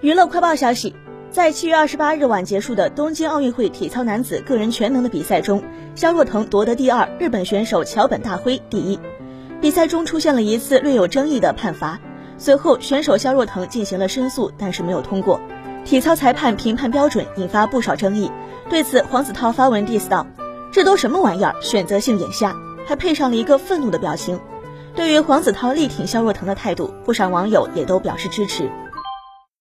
娱乐快报消息，在7月28日晚结束的东京奥运会体操男子个人全能的比赛中，肖若腾夺得第二，日本选手桥本大辉第一。比赛中出现了一次略有争议的判罚，随后选手肖若腾进行了申诉，但是没有通过。体操裁判评判标准引发不少争议，对此黄子韬发文 diss 道：“这都什么玩意儿，选择性眼瞎！”还配上了一个愤怒的表情。对于黄子韬力挺肖若腾的态度，不少网友也都表示支持。